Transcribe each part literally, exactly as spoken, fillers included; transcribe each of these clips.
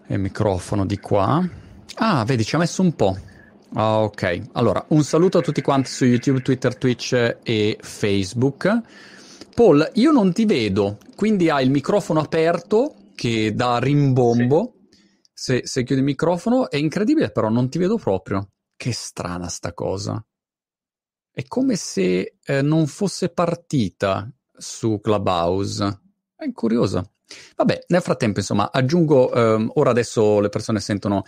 E il microfono di qua. Ah, vedi, ci ha messo un po'. Ah, ok. Allora, un saluto a tutti quanti su YouTube, Twitter, Twitch e Facebook. Paul, io non ti vedo, quindi hai il microfono aperto che dà Sì. rimbombo. Se, se chiudi il microfono è incredibile, però non ti vedo proprio. Che strana sta cosa. È come se eh, non fosse partita su Clubhouse. È curiosa. Vabbè, nel frattempo, insomma, aggiungo, ehm, ora adesso le persone sentono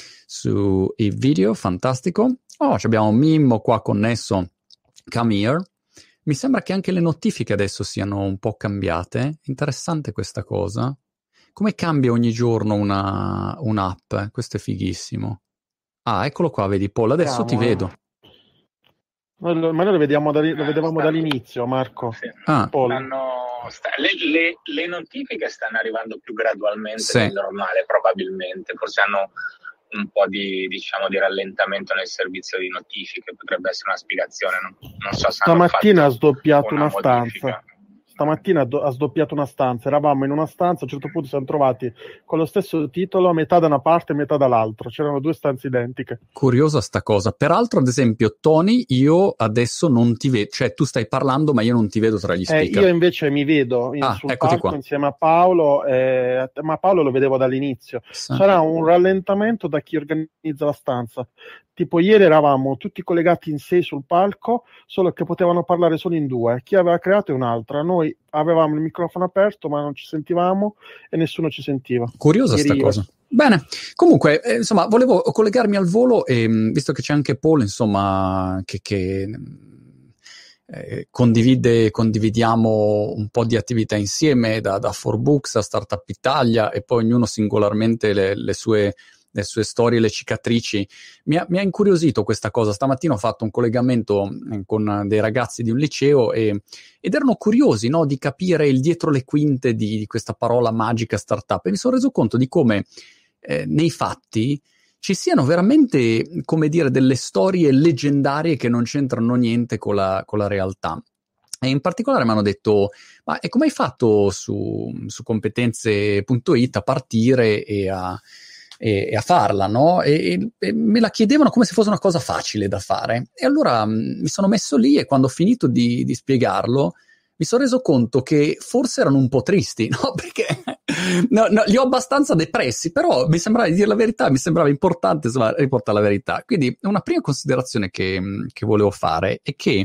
sui video, fantastico. Oh, ci abbiamo Mimmo qua connesso, come here. Mi sembra che anche le notifiche adesso siano un po' cambiate. Interessante questa cosa. Come cambia ogni giorno una, un'app? Questo è fighissimo. Ah, eccolo qua, vedi Paul, adesso ti Siamo, vedo. eh. Noi lo- ma noi lo, vediamo da, lo Eh, vedevamo stanno- dall'inizio, Marco. sì. Ah, Paul. Stanno- sta- le, le- le notifiche stanno arrivando più gradualmente Sì. del normale, probabilmente. Forse hanno un po' di, diciamo, di rallentamento nel servizio di notifiche, potrebbe essere una spiegazione. Non, non so se hanno Stamattina ha fatto sdoppiato una una stanza. modifica. Stamattina ha do- ha sdoppiato una stanza. Eravamo in una stanza, a un certo punto siamo trovati con lo stesso titolo, metà da una parte e metà dall'altra. C'erano due stanze identiche. Curiosa sta cosa. Peraltro, ad esempio, Tony, io adesso non ti vedo, cioè tu stai parlando, ma io non ti vedo tra gli Eh, speaker. io invece mi vedo in- Ah, sul eccoti palco qua. insieme a Paolo, eh, ma Paolo lo vedevo dall'inizio. Sì. Sarà un rallentamento da chi organizza la stanza. Tipo ieri eravamo tutti collegati in sei sul palco, solo che potevano parlare solo in due. Chi aveva creato è un'altra. Noi avevamo il microfono aperto, ma non ci sentivamo e nessuno ci sentiva. Curiosa Ieri sta io. cosa. Bene, comunque, eh, insomma, volevo collegarmi al volo e mh, visto che c'è anche Paul, insomma, che, che mh, eh, condivide, condividiamo un po' di attività insieme da, da four books a Startup Italia e poi ognuno singolarmente le, le sue le sue storie, le cicatrici. Mi ha, mi ha incuriosito questa cosa. Stamattina ho fatto un collegamento eh, con dei ragazzi di un liceo e, ed erano curiosi, no, di capire il dietro le quinte di, di questa parola magica startup e mi sono reso conto di come eh, nei fatti ci siano veramente, come dire, delle storie leggendarie che non c'entrano niente con la, con la realtà. E in particolare mi hanno detto, ma e come hai fatto su, su competenze punto it a partire e a e a farla, no? E, e me la chiedevano come se fosse una cosa facile da fare. E allora mh, mi sono messo lì e quando ho finito di, di spiegarlo mi sono reso conto che forse erano un po' tristi, no? Perché no, no, li ho abbastanza depressi, però mi sembrava di dire la verità, mi sembrava importante, insomma, riportare la verità. Quindi una prima considerazione che, che volevo fare è che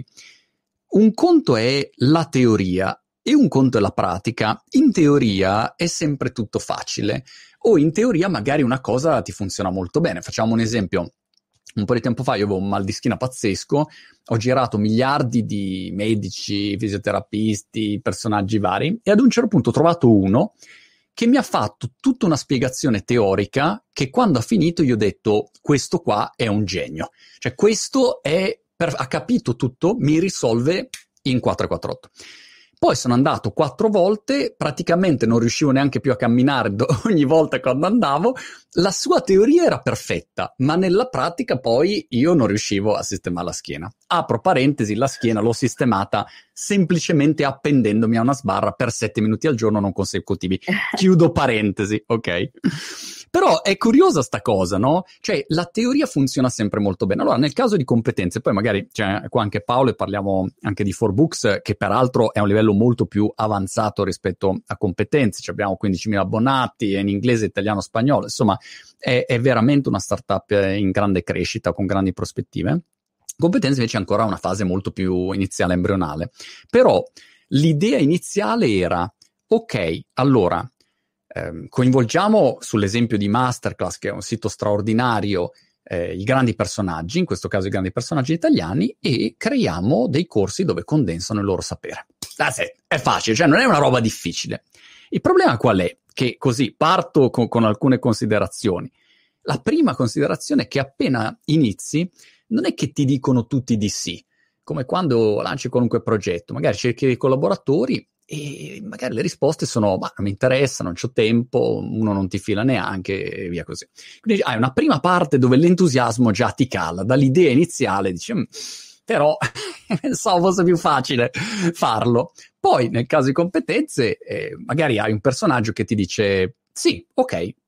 un conto è la teoria e un conto è la pratica. In teoria è sempre tutto facile, o in teoria magari una cosa ti funziona molto bene. Facciamo un esempio. Un po' di tempo fa io avevo un mal di schiena pazzesco, ho girato miliardi di medici, fisioterapisti, personaggi vari e ad un certo punto ho trovato uno che mi ha fatto tutta una spiegazione teorica che quando ha finito io ho detto questo qua è un genio. Cioè questo è, per, ha capito tutto, mi risolve in quattro quattro otto. Poi sono andato quattro volte, praticamente non riuscivo neanche più a camminare do- ogni volta quando andavo. La sua teoria era perfetta, ma nella pratica poi io non riuscivo a sistemare la schiena. Apro parentesi, la schiena l'ho sistemata semplicemente appendendomi a una sbarra per sette minuti al giorno non consecutivi. Chiudo parentesi, ok? Però è curiosa sta cosa, no? Cioè la teoria funziona sempre molto bene. Allora nel caso di competenze, poi magari c'è qua anche Paolo e parliamo anche di four books, che peraltro è un livello molto più avanzato rispetto a competenze. Ci abbiamo quindicimila abbonati, è in inglese, italiano, spagnolo, insomma è, è veramente una startup in grande crescita, con grandi prospettive. Competenze invece è ancora una fase molto più iniziale, embrionale. Però l'idea iniziale era, ok, allora eh, coinvolgiamo sull'esempio di Masterclass, che è un sito straordinario, eh, i grandi personaggi, in questo caso i grandi personaggi italiani, e creiamo dei corsi dove condensano il loro sapere. That's it. È facile, cioè non è una roba difficile. Il problema qual è? Che così parto con, con alcune considerazioni. La prima considerazione è che appena inizi non è che ti dicono tutti di sì, come quando lanci qualunque progetto, magari cerchi dei collaboratori e magari le risposte sono ma non mi interessa, non c'ho tempo, uno non ti fila neanche e via così. Quindi hai una prima parte dove l'entusiasmo già ti cala, dall'idea iniziale dici però pensavo fosse più facile farlo. Poi nel caso di competenze eh, magari hai un personaggio che ti dice sì, ok,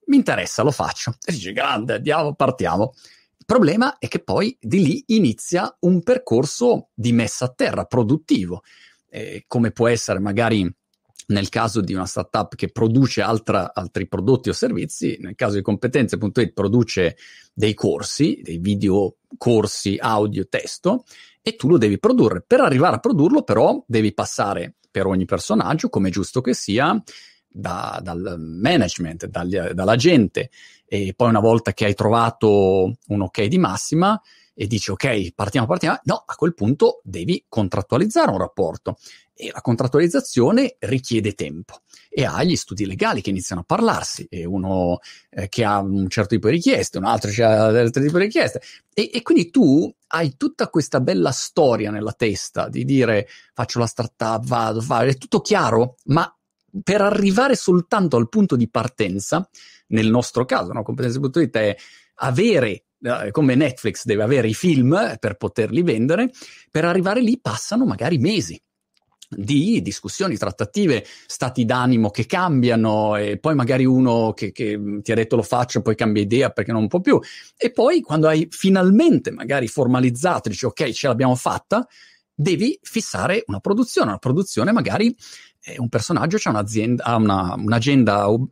mi interessa, lo faccio. E dici, grande, andiamo, partiamo. Il problema è che poi di lì inizia un percorso di messa a terra produttivo, eh, come può essere magari nel caso di una startup che produce altra, altri prodotti o servizi. Nel caso di competenze punto it produce dei corsi, dei video corsi audio, testo, e tu lo devi produrre. Per arrivare a produrlo però devi passare per ogni personaggio, come è giusto che sia, da, dal management, dagli, dalla gente, e poi una volta che hai trovato un ok di massima e dici ok, partiamo, partiamo, no, a quel punto devi contrattualizzare un rapporto, e la contrattualizzazione richiede tempo, e hai gli studi legali che iniziano a parlarsi, e uno eh, che ha un certo tipo di richieste, un altro che ha un altro tipo di richieste, e, e quindi tu hai tutta questa bella storia nella testa di dire faccio la startup, vado, vado, è tutto chiaro, ma per arrivare soltanto al punto di partenza, nel nostro caso, no? Competenze punto it è avere, come Netflix deve avere i film per poterli vendere, per arrivare lì passano magari mesi di discussioni, trattative, stati d'animo che cambiano, e poi magari uno che, che ti ha detto lo faccio, poi cambia idea perché non può più, e poi quando hai finalmente magari formalizzato, dici ok, ce l'abbiamo fatta, devi fissare una produzione, una produzione magari eh, un personaggio c'ha un'azienda, ha una, un'agenda uh,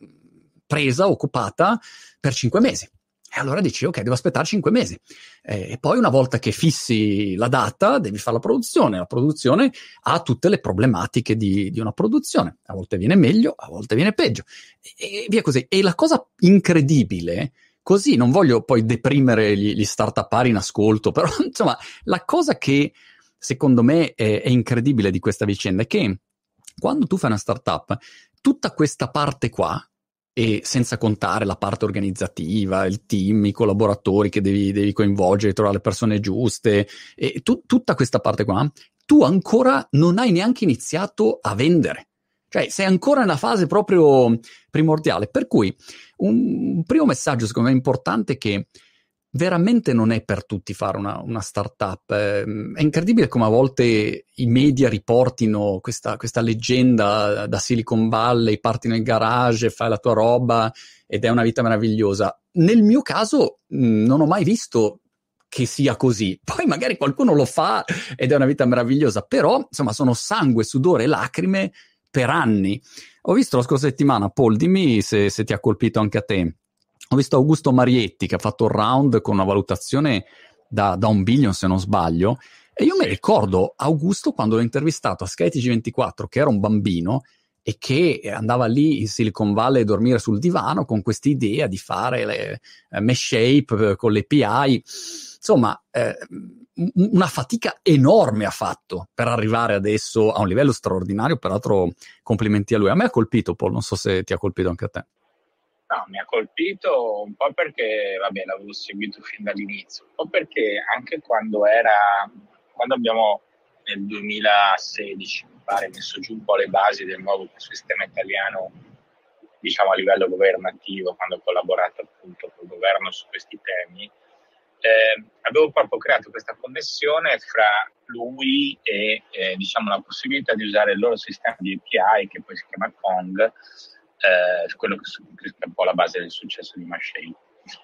presa, occupata per cinque mesi. E allora dici, ok, devo aspettare cinque mesi. Eh, e poi una volta che fissi la data, devi fare la produzione. La produzione ha tutte le problematiche di, di una produzione. A volte viene meglio, a volte viene peggio. E, e via così. E la cosa incredibile, così, non voglio poi deprimere gli, gli start-upari in ascolto, però insomma, la cosa che secondo me è, è incredibile di questa vicenda è che quando tu fai una startup, tutta questa parte qua, e senza contare la parte organizzativa, il team, i collaboratori che devi, devi coinvolgere, trovare le persone giuste, e tu, tutta questa parte qua, tu ancora non hai neanche iniziato a vendere. Cioè, sei ancora nella fase proprio primordiale. Per cui un, un primo messaggio, secondo me, importante è che veramente non è per tutti fare una, una startup. Eh, è incredibile come a volte i media riportino questa, questa leggenda da Silicon Valley, parti nel garage, fai la tua roba ed è una vita meravigliosa. Nel mio caso mh, non ho mai visto che sia così. Poi magari qualcuno lo fa ed è una vita meravigliosa, però insomma sono sangue, sudore e lacrime per anni. Ho visto la scorsa settimana, Paul, dimmi se, se ti ha colpito anche a te. Ho visto Augusto Marietti che ha fatto il round con una valutazione da, da un billion, se non sbaglio, e io mi ricordo Augusto quando l'ho intervistato a Sky T G ventiquattro, che era un bambino e che andava lì in Silicon Valley a dormire sul divano con quest'idea di fare le eh, mesh shape con le A P I. Insomma, eh, una fatica enorme ha fatto per arrivare adesso a un livello straordinario. Peraltro complimenti a lui. A me ha colpito, Paul, non so se ti ha colpito anche a te. No, mi ha colpito un po' perché, vabbè, l'avevo seguito fin dall'inizio, un po' perché anche quando era, quando abbiamo nel duemilasedici, mi pare, messo giù un po' le basi del nuovo sistema italiano, diciamo a livello governativo, quando ho collaborato appunto col governo su questi temi, eh, avevo proprio creato questa connessione fra lui e, eh, diciamo, la possibilità di usare il loro sistema di A P I, che poi si chiama Kong, Eh, quello che è un po' la base del successo di Mashape.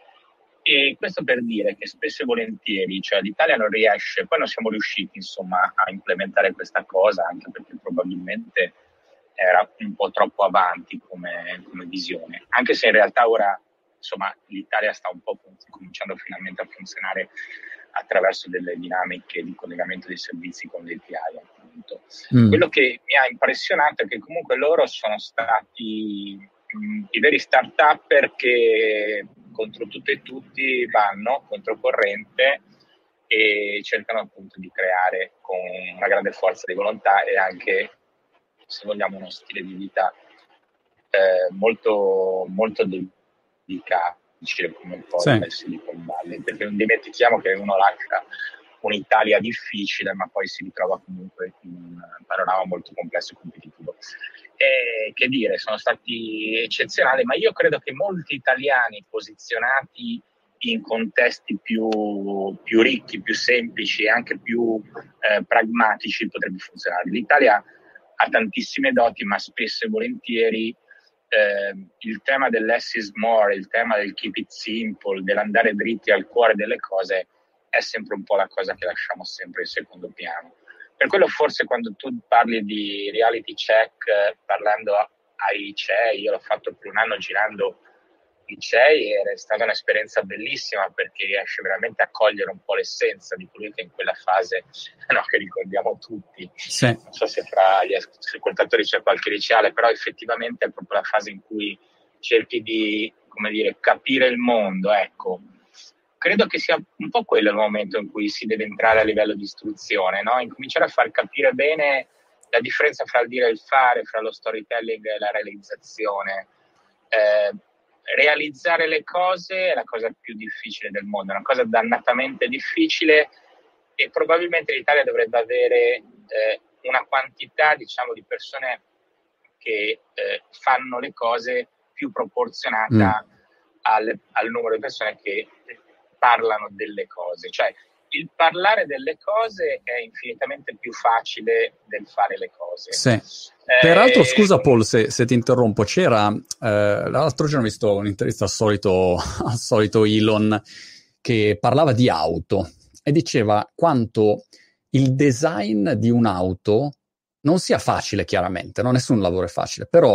E questo per dire che spesso e volentieri, cioè l'Italia non riesce, poi non siamo riusciti insomma a implementare questa cosa, anche perché probabilmente era un po' troppo avanti come, come visione, anche se in realtà ora insomma l'Italia sta un po' cominciando finalmente a funzionare attraverso delle dinamiche di collegamento dei servizi con le A P I, appunto. Mm. Quello che mi ha impressionato è che comunque loro sono stati mh, i veri start-upper che contro tutto e tutti vanno controcorrente e cercano appunto di creare con una grande forza di volontà e anche, se vogliamo, uno stile di vita eh, molto, molto dedicato, come un po' sì. Nel Silicon Valley, perché non dimentichiamo che uno lascia un'Italia difficile ma poi si ritrova comunque in un panorama molto complesso e competitivo. E che dire, sono stati eccezionali, ma io credo che molti italiani posizionati in contesti più, più ricchi, più semplici e anche più eh, pragmatici potrebbe funzionare. L'Italia ha tantissime doti, ma spesso e volentieri eh, il tema del less is more, il tema del keep it simple, dell'andare dritti al cuore delle cose, è sempre un po' la cosa che lasciamo sempre in secondo piano. Per quello forse quando tu parli di reality check, eh, parlando ai C E I, io l'ho fatto per un anno girando i C E I, è stata un'esperienza bellissima perché riesce veramente a cogliere un po' l'essenza di quello che in quella fase, no, che ricordiamo tutti. Sì. Non so se fra gli ascoltatori c'è qualche liceale, però effettivamente è proprio la fase in cui cerchi di, come dire, capire il mondo, ecco. Credo che sia un po' quello il momento in cui si deve entrare a livello di istruzione, no? Incominciare a far capire bene la differenza fra il dire e il fare, fra lo storytelling e la realizzazione. Eh, realizzare le cose è la cosa più difficile del mondo, è una cosa dannatamente difficile e probabilmente l'Italia dovrebbe avere eh, una quantità, diciamo, di persone che eh, fanno le cose più proporzionata mm. al, al numero di persone che parlano delle cose. Cioè, il parlare delle cose è infinitamente più facile del fare le cose. Sì. Eh, Peraltro, scusa Paul se, se ti interrompo, c'era, eh, l'altro giorno ho visto un'intervista al solito, al solito Elon che parlava di auto e diceva quanto il design di un'auto non sia facile, chiaramente, no? Nessun lavoro è facile, però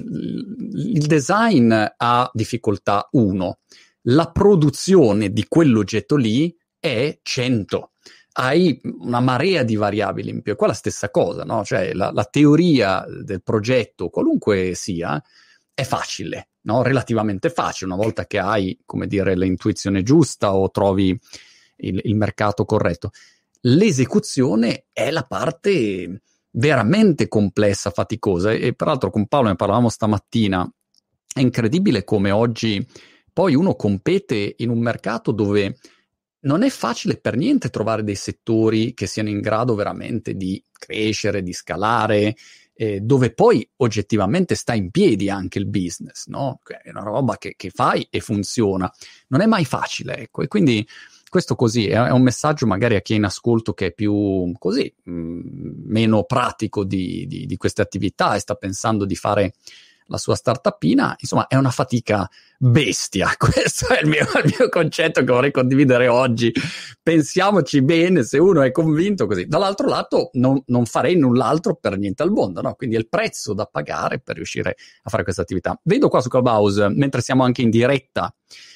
il, il design ha difficoltà uno, la produzione di quell'oggetto lì è cento. Hai una marea di variabili in più. E qua la stessa cosa, no? Cioè la, la teoria del progetto, qualunque sia, è facile, no? Relativamente facile, una volta che hai, come dire, l'intuizione giusta o trovi il, il mercato corretto. L'esecuzione è la parte veramente complessa, faticosa. E, e peraltro con Paolo ne parlavamo stamattina, è incredibile come oggi poi uno compete in un mercato dove non è facile per niente trovare dei settori che siano in grado veramente di crescere, di scalare, eh, dove poi oggettivamente sta in piedi anche il business, no? È una roba che, che fai e funziona. Non è mai facile, ecco. E quindi questo così è, è un messaggio magari a chi è in ascolto che è più così, mh, meno pratico di, di, di queste attività e sta pensando di fare la sua startupina, insomma è una fatica bestia. Questo è il mio, il mio concetto che vorrei condividere oggi. Pensiamoci bene, se uno è convinto così. Dall'altro lato non, non farei null'altro per niente al mondo, no? Quindi è il prezzo da pagare per riuscire a fare questa attività. Vedo qua su Clubhouse, mentre siamo anche in diretta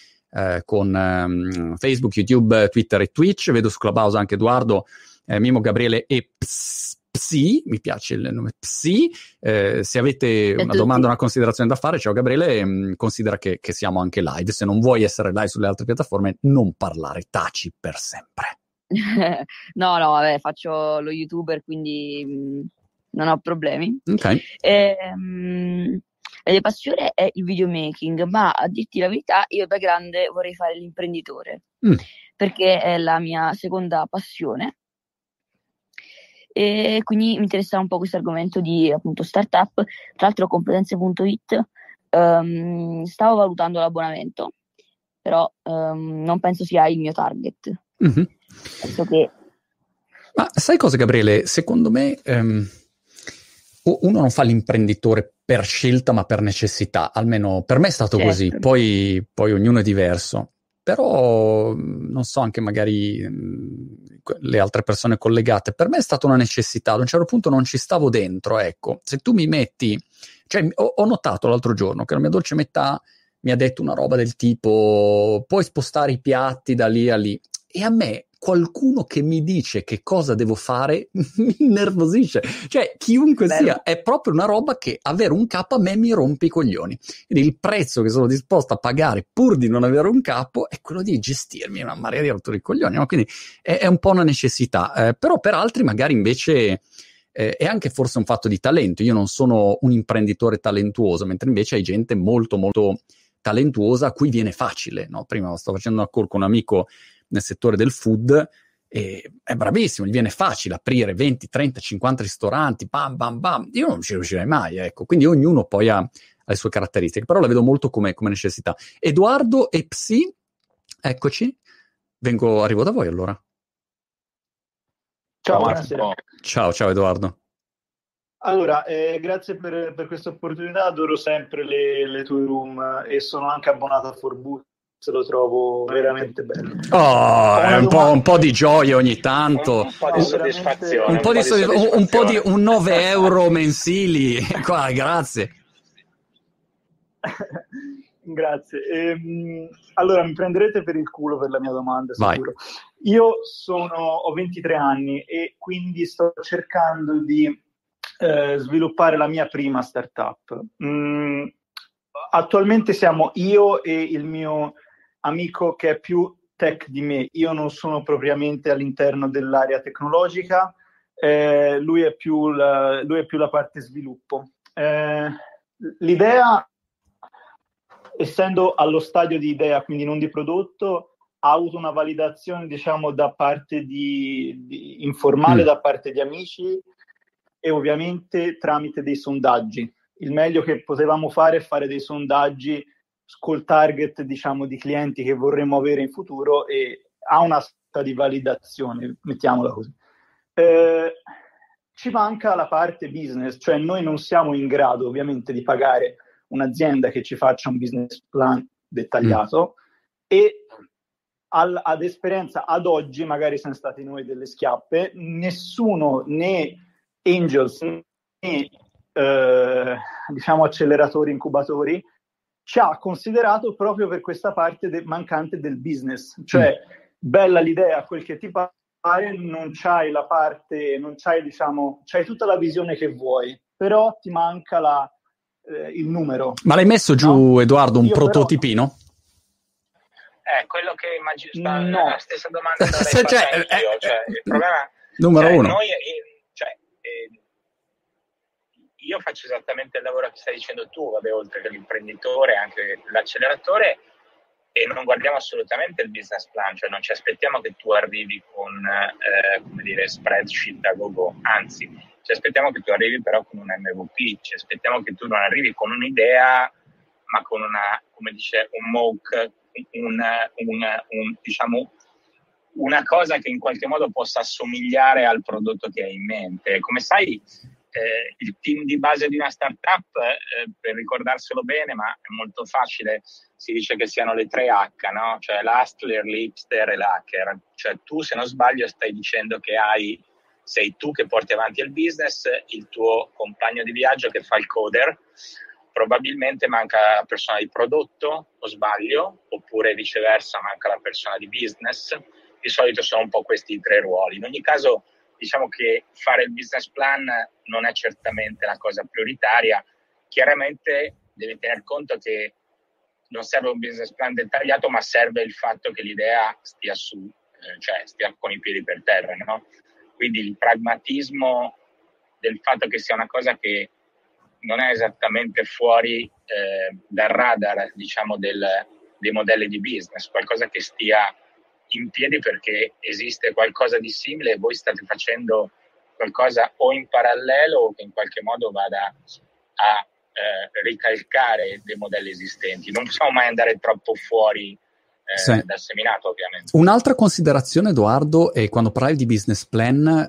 eh, con um, Facebook, YouTube, Twitter e Twitch, vedo su Clubhouse anche Edoardo, eh, Mimo, Gabriele e Ps Psi, mi piace il nome Psi, eh, se avete una domanda o una considerazione da fare, ciao Gabriele, mh, considera che, che siamo anche live, se non vuoi essere live sulle altre piattaforme non parlare, taci per sempre. no no vabbè, faccio lo youtuber, quindi mh, non ho problemi. Ok. E, mh, la mia passione è il videomaking, ma a dirti la verità io da grande vorrei fare l'imprenditore, mm. perché è la mia seconda passione. E quindi mi interessava un po' questo argomento di appunto startup. Tra l'altro competenze punto it um, stavo valutando l'abbonamento, però um, non penso sia il mio target. Mm-hmm. Penso che ma sai cosa Gabriele, secondo me um, uno non fa l'imprenditore per scelta ma per necessità, almeno per me è stato certo. così, poi, poi ognuno è diverso. Però, non so, anche magari mh, le altre persone collegate, per me è stata una necessità, ad un certo punto non ci stavo dentro, ecco. Se tu mi metti, cioè ho, ho notato l'altro giorno che la mia dolce metà mi ha detto una roba del tipo, puoi spostare i piatti da lì a lì, e a me qualcuno che mi dice che cosa devo fare mi innervosisce, cioè chiunque Bello. sia, è proprio una roba che avere un capo a me mi rompe i coglioni. Quindi il prezzo che sono disposto a pagare pur di non avere un capo è quello di gestirmi una marea di rotture di coglioni, no? Quindi è, è un po' una necessità, eh, però per altri magari invece eh, è anche forse un fatto di talento. Io non sono un imprenditore talentuoso, mentre invece hai gente molto molto talentuosa a cui viene facile, no? Prima sto facendo una call con un amico nel settore del food e è bravissimo, gli viene facile aprire venti, trenta, cinquanta ristoranti, bam bam bam, io non ci riuscirei mai, ecco. Quindi ognuno poi ha, ha le sue caratteristiche, però la vedo molto come, come necessità. Edoardo e Psi, eccoci, vengo, arrivo da voi allora. Ciao, buonasera. Ciao, ciao Edoardo. Allora, eh, grazie per, per questa opportunità, adoro sempre le, le tue room e sono anche abbonato a Forbooks, lo trovo veramente bello. Oh, è un po', un po' di gioia ogni tanto. Un, un po' di No, soddisfazione. Un po' di, soddisfazione. un, un po' di un nove euro mensili. Qua, grazie. Grazie. Ehm, allora, mi prenderete per il culo per la mia domanda, Vai. sicuro. Io sono, ho ventitré anni e quindi sto cercando di eh, sviluppare la mia prima startup. Mm, attualmente siamo io e il mio amico che è più tech di me. Io non sono propriamente all'interno dell'area tecnologica, eh, lui è più la, lui è più la parte sviluppo. Eh, l'idea, essendo allo stadio di idea, quindi non di prodotto, ha avuto una validazione, diciamo, da parte di, di informale, mm. da parte di amici e ovviamente tramite dei sondaggi. Il meglio che potevamo fare è fare dei sondaggi col target, diciamo, di clienti che vorremmo avere in futuro e ha una sorta di validazione, mettiamola così. Eh, ci manca la parte business, cioè noi non siamo in grado ovviamente di pagare un'azienda che ci faccia un business plan dettagliato mm. e al, ad esperienza ad oggi, magari siamo stati noi delle schiappe, nessuno, né angels né eh, diciamo acceleratori, incubatori, ci ha considerato proprio per questa parte de- mancante del business, cioè mm. bella l'idea, quel che ti pare, non c'hai la parte, non c'hai, diciamo, c'hai tutta la visione che vuoi, però ti manca la Eh, il numero. Ma l'hai messo giù, no? Edoardo, un Io prototipino? È eh, quello che immagino sta no. la stessa domanda che avrei cioè, fatto anch'io. eh, cioè, il problema numero cioè, uno. Noi, eh, cioè, eh, io faccio esattamente il lavoro che stai dicendo tu, vabbè, oltre che l'imprenditore, anche l'acceleratore, e non guardiamo assolutamente il business plan, cioè non ci aspettiamo che tu arrivi con eh, come dire, spreadsheet a go-go, anzi ci aspettiamo che tu arrivi però con un M V P, ci aspettiamo che tu non arrivi con un'idea, ma con una, come dice, un mock, un, un, un, diciamo, una cosa che in qualche modo possa assomigliare al prodotto che hai in mente. Come sai, eh, il team di base di una startup, eh, per ricordarselo bene, ma è molto facile, si dice che siano le tre H, no? Cioè l'hustler, l'hipster e l'hacker. Cioè tu, se non sbaglio, stai dicendo che hai sei tu che porti avanti il business, il tuo compagno di viaggio che fa il coder, probabilmente manca la persona di prodotto, o sbaglio, oppure viceversa manca la persona di business. Di solito sono un po' questi i tre ruoli. In ogni caso, diciamo che fare il business plan non è certamente la cosa prioritaria. Chiaramente devi tener conto che non serve un business plan dettagliato, ma serve il fatto che l'idea stia su, eh, cioè stia con i piedi per terra, no? Quindi il pragmatismo del fatto che sia una cosa che non è esattamente fuori eh, dal radar, diciamo, del, dei modelli di business, qualcosa che stia in piedi perché esiste qualcosa di simile e voi state facendo qualcosa o in parallelo o che in qualche modo vada a eh, ricalcare dei modelli esistenti. Non possiamo mai andare troppo fuori Eh, sì. dal seminato, ovviamente. Un'altra considerazione, Edoardo, è quando parlavi di business plan,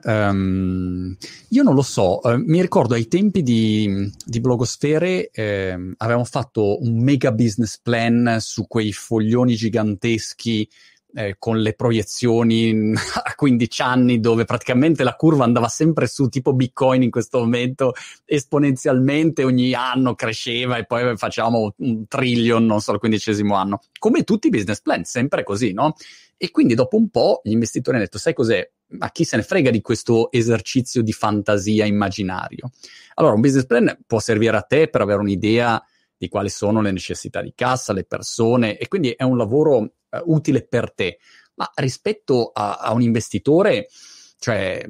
um, io non lo so, uh, mi ricordo ai tempi di, di Blogosfere eh, avevamo fatto un mega business plan su quei foglioni giganteschi eh, con le proiezioni a quindici anni, dove praticamente la curva andava sempre su, tipo Bitcoin in questo momento, esponenzialmente ogni anno cresceva e poi facciamo un trillion, non so, al quindicesimo anno. Come tutti i business plan, sempre così, no? E quindi dopo un po' gli investitori hanno detto, sai cos'è? Ma chi se ne frega di questo esercizio di fantasia immaginario? Allora, un business plan può servire a te per avere un'idea di quali sono le necessità di cassa, le persone, e quindi è un lavoro uh, utile per te. Ma rispetto a, a un investitore, cioè,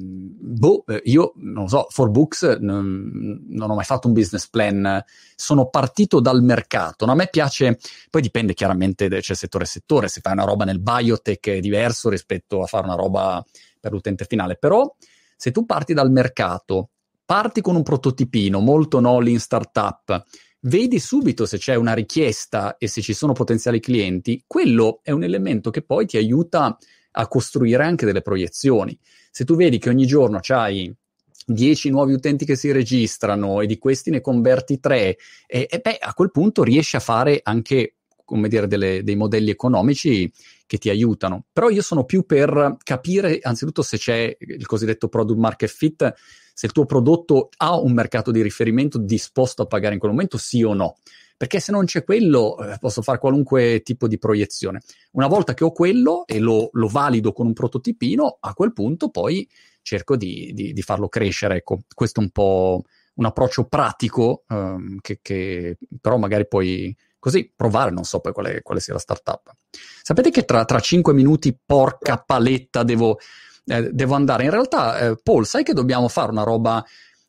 boh, io non so, Forbooks non, non ho mai fatto un business plan, sono partito dal mercato, no? A me piace, poi dipende chiaramente, c'è settore e settore, se fai una roba nel biotech è diverso rispetto a fare una roba per l'utente finale, però se tu parti dal mercato, parti con un prototipino, molto no, lean startup, vedi subito se c'è una richiesta e se ci sono potenziali clienti, quello è un elemento che poi ti aiuta a costruire anche delle proiezioni. Se tu vedi che ogni giorno c'hai dieci nuovi utenti che si registrano e di questi ne converti tre, e, e beh, a quel punto riesci a fare anche, come dire, delle, dei modelli economici che ti aiutano. Però io sono più per capire anzitutto se c'è il cosiddetto product market fit, se il tuo prodotto ha un mercato di riferimento disposto a pagare in quel momento, sì o no. Perché se non c'è quello, eh, posso fare qualunque tipo di proiezione. Una volta che ho quello e lo, lo valido con un prototipino, a quel punto poi cerco di, di, di farlo crescere. Ecco, questo è un po' un approccio pratico, ehm, che, che però magari puoi così provare, non so poi quale, quale sia la startup. Sapete che tra, tra cinque minuti, porca paletta, devo, eh, devo andare. In realtà, eh, Paul, sai che dobbiamo fare una roba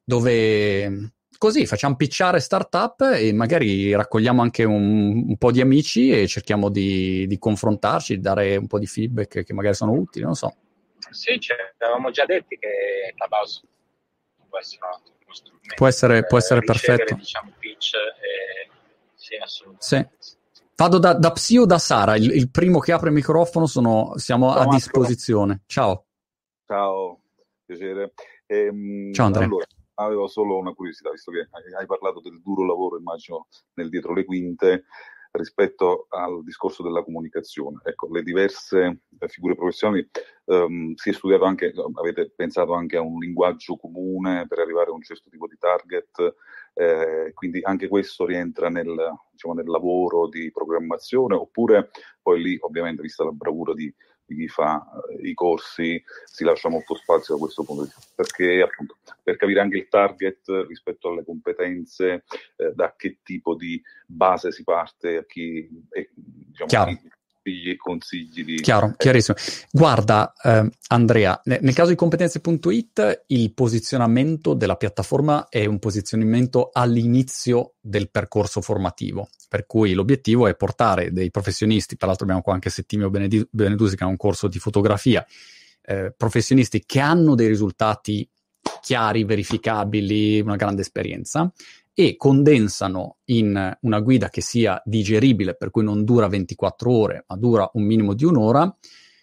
dove... Così facciamo picciare startup e magari raccogliamo anche un, un po' di amici e cerchiamo di, di confrontarci, di dare un po' di feedback che magari sono utili, non so. Sì, cioè, avevamo già detto che Clubhouse può essere uno strumento. Può essere, può essere ricevere, perfetto. Diciamo, pitch e... Sì, assolutamente. Sì. Vado da, da Psio, da Sara, il, il primo che apre il microfono, sono, siamo Ciao, a Marco. disposizione. Ciao. Ciao, piacere. Ehm, Ciao Andrea. Allora, avevo solo una curiosità, visto che hai parlato del duro lavoro, immagino, nel dietro le quinte, rispetto al discorso della comunicazione. Ecco, le diverse figure professionali, um, si è studiato anche, avete pensato anche a un linguaggio comune per arrivare a un certo tipo di target, eh, quindi anche questo rientra nel, diciamo, nel lavoro di programmazione, oppure poi lì, ovviamente, vista la bravura di chi fa eh, i corsi, si lascia molto spazio da questo punto di vista, perché appunto per capire anche il target rispetto alle competenze, eh, da che tipo di base si parte, a chi, eh, diciamo, Chiaro. Chi consigli di... Chiaro, chiarissimo. Guarda, eh, Andrea, nel caso di competenze punto it il posizionamento della piattaforma è un posizionamento all'inizio del percorso formativo, per cui l'obiettivo è portare dei professionisti, tra l'altro abbiamo qua anche Settimio Benedi- Benedusi che ha un corso di fotografia, eh, professionisti che hanno dei risultati chiari, verificabili, una grande esperienza, e condensano in una guida che sia digeribile, per cui non dura ventiquattro ore, ma dura un minimo di un'ora,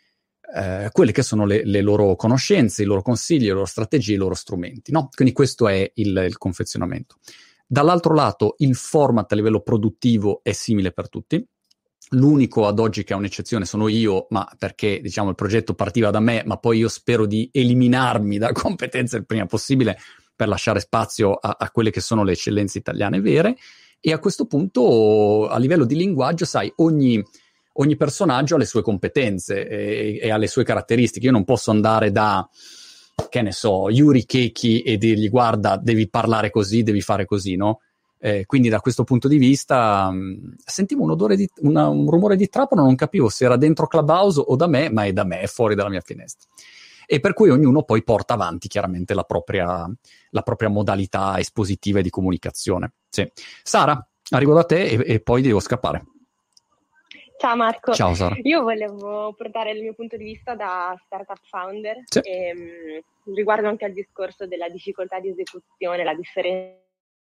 eh, quelle che sono le, le loro conoscenze, i loro consigli, le loro strategie, i loro strumenti, no? Quindi questo è il, il confezionamento. Dall'altro lato, il format a livello produttivo è simile per tutti. L'unico ad oggi che ha un'eccezione sono io, ma perché, diciamo, il progetto partiva da me, ma poi io spero di eliminarmi da competenze il prima possibile, per lasciare spazio a, a quelle che sono le eccellenze italiane vere, e a questo punto a livello di linguaggio, sai, ogni, ogni personaggio ha le sue competenze e, e ha le sue caratteristiche. Io non posso andare da, che ne so, Yuri Keki e dirgli guarda, devi parlare così, devi fare così, no? Eh, quindi da questo punto di vista mh, sentivo un odore di, una, un rumore di trapano, non capivo se era dentro Clubhouse o da me, ma è da me, è fuori dalla mia finestra. E per cui ognuno poi porta avanti chiaramente la propria, la propria modalità espositiva e di comunicazione. Sì. Sara, arrivo da te e, e poi devo scappare. Ciao Marco. Ciao Sara. Io volevo portare il mio punto di vista da startup founder, sì. e, um, riguardo anche al discorso della difficoltà di esecuzione, la differenza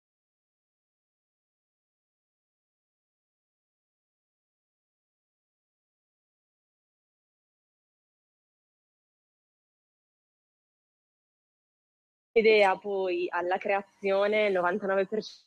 idea poi alla creazione, il novantanove per cento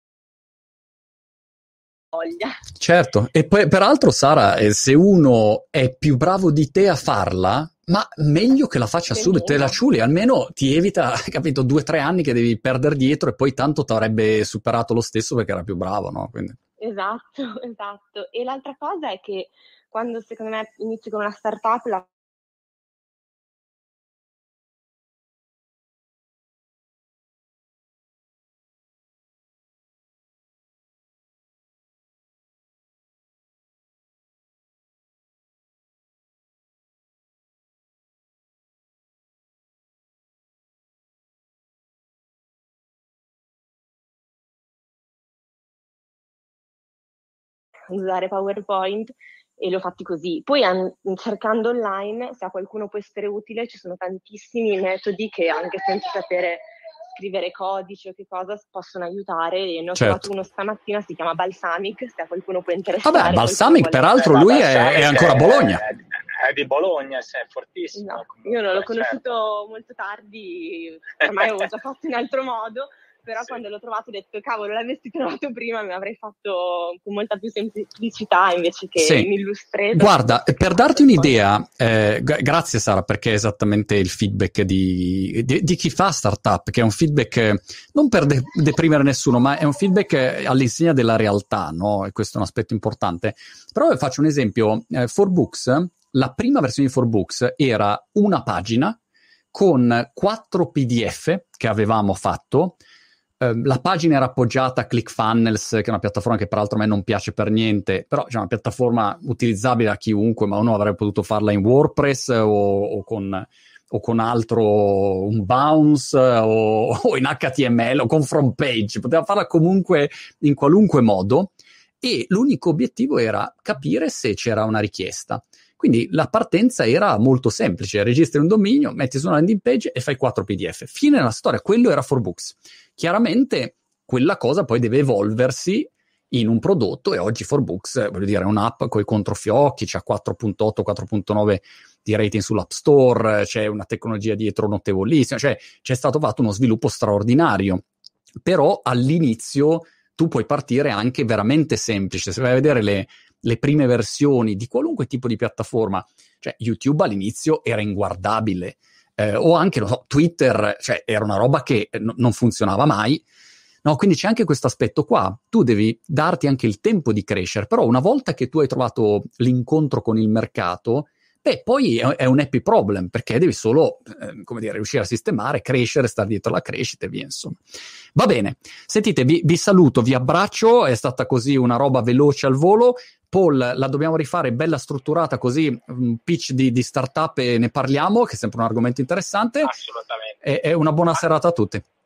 voglia. Certo, e poi peraltro Sara, eh, se uno è più bravo di te a farla, ma meglio che la faccia Che subito, te la ciuli, almeno ti evita, capito, due o tre anni che devi perdere dietro e poi tanto ti avrebbe superato lo stesso perché era più bravo, no? Quindi... Esatto, esatto. E l'altra cosa è che quando secondo me inizi con una startup, la usare PowerPoint, e l'ho fatti così. Poi an- cercando online, se a qualcuno può essere utile, ci sono tantissimi metodi che anche senza sapere scrivere codice o che cosa possono aiutare, e ne ho certo. trovato uno stamattina, si chiama Balsamic, se a qualcuno può interessare. Vabbè, Balsamic peraltro lui è, è ancora a Bologna. È, è è di Bologna, sei fortissimo. No, io non l'ho conosciuto certo. molto tardi, ormai avevo già fatto in altro modo, però sì. quando l'ho trovato ho detto, cavolo, l'avessi trovato prima mi avrei fatto con molta più semplicità invece che sì. in Illustrator. Guarda, per darti un'idea, eh, g- grazie Sara, perché è esattamente il feedback di, di, di chi fa startup, che è un feedback non per de- deprimere nessuno, ma è un feedback all'insegna della realtà, no? E questo è un aspetto importante. Però faccio un esempio, eh, four books, la prima versione di four books era una pagina con quattro P D F che avevamo fatto. La pagina era appoggiata a ClickFunnels, che è una piattaforma che peraltro a me non piace per niente, però c'è una piattaforma utilizzabile da chiunque, ma uno avrebbe potuto farla in WordPress o, o, con, o con altro, un Bounce o, o in H T M L o con FrontPage, poteva farla comunque in qualunque modo e l'unico obiettivo era capire se c'era una richiesta. Quindi la partenza era molto semplice, registri un dominio, metti su una landing page e fai quattro P D F. Fine della storia, quello era four books. Chiaramente quella cosa poi deve evolversi in un prodotto e oggi four books, voglio dire, è un'app con i controfiocchi, c'ha quattro virgola otto quattro virgola nove di rating sull'App Store, c'è una tecnologia dietro notevolissima, cioè c'è stato fatto uno sviluppo straordinario. Però all'inizio tu puoi partire anche veramente semplice. Se vai a vedere le le prime versioni di qualunque tipo di piattaforma, cioè YouTube all'inizio era inguardabile, eh, o anche, non so, Twitter, cioè era una roba che n- non funzionava mai, no? Quindi c'è anche questo aspetto qua, tu devi darti anche il tempo di crescere, però una volta che tu hai trovato l'incontro con il mercato, beh, poi è, è un happy problem, perché devi solo, eh, come dire, riuscire a sistemare, crescere, stare dietro alla crescita e via, insomma. Va bene, sentite, vi, vi saluto, vi abbraccio, è stata così una roba veloce al volo. Paul, la dobbiamo rifare bella strutturata, così un pitch di, di startup e ne parliamo, che è sempre un argomento interessante. Assolutamente. E, e una buona serata a tutti.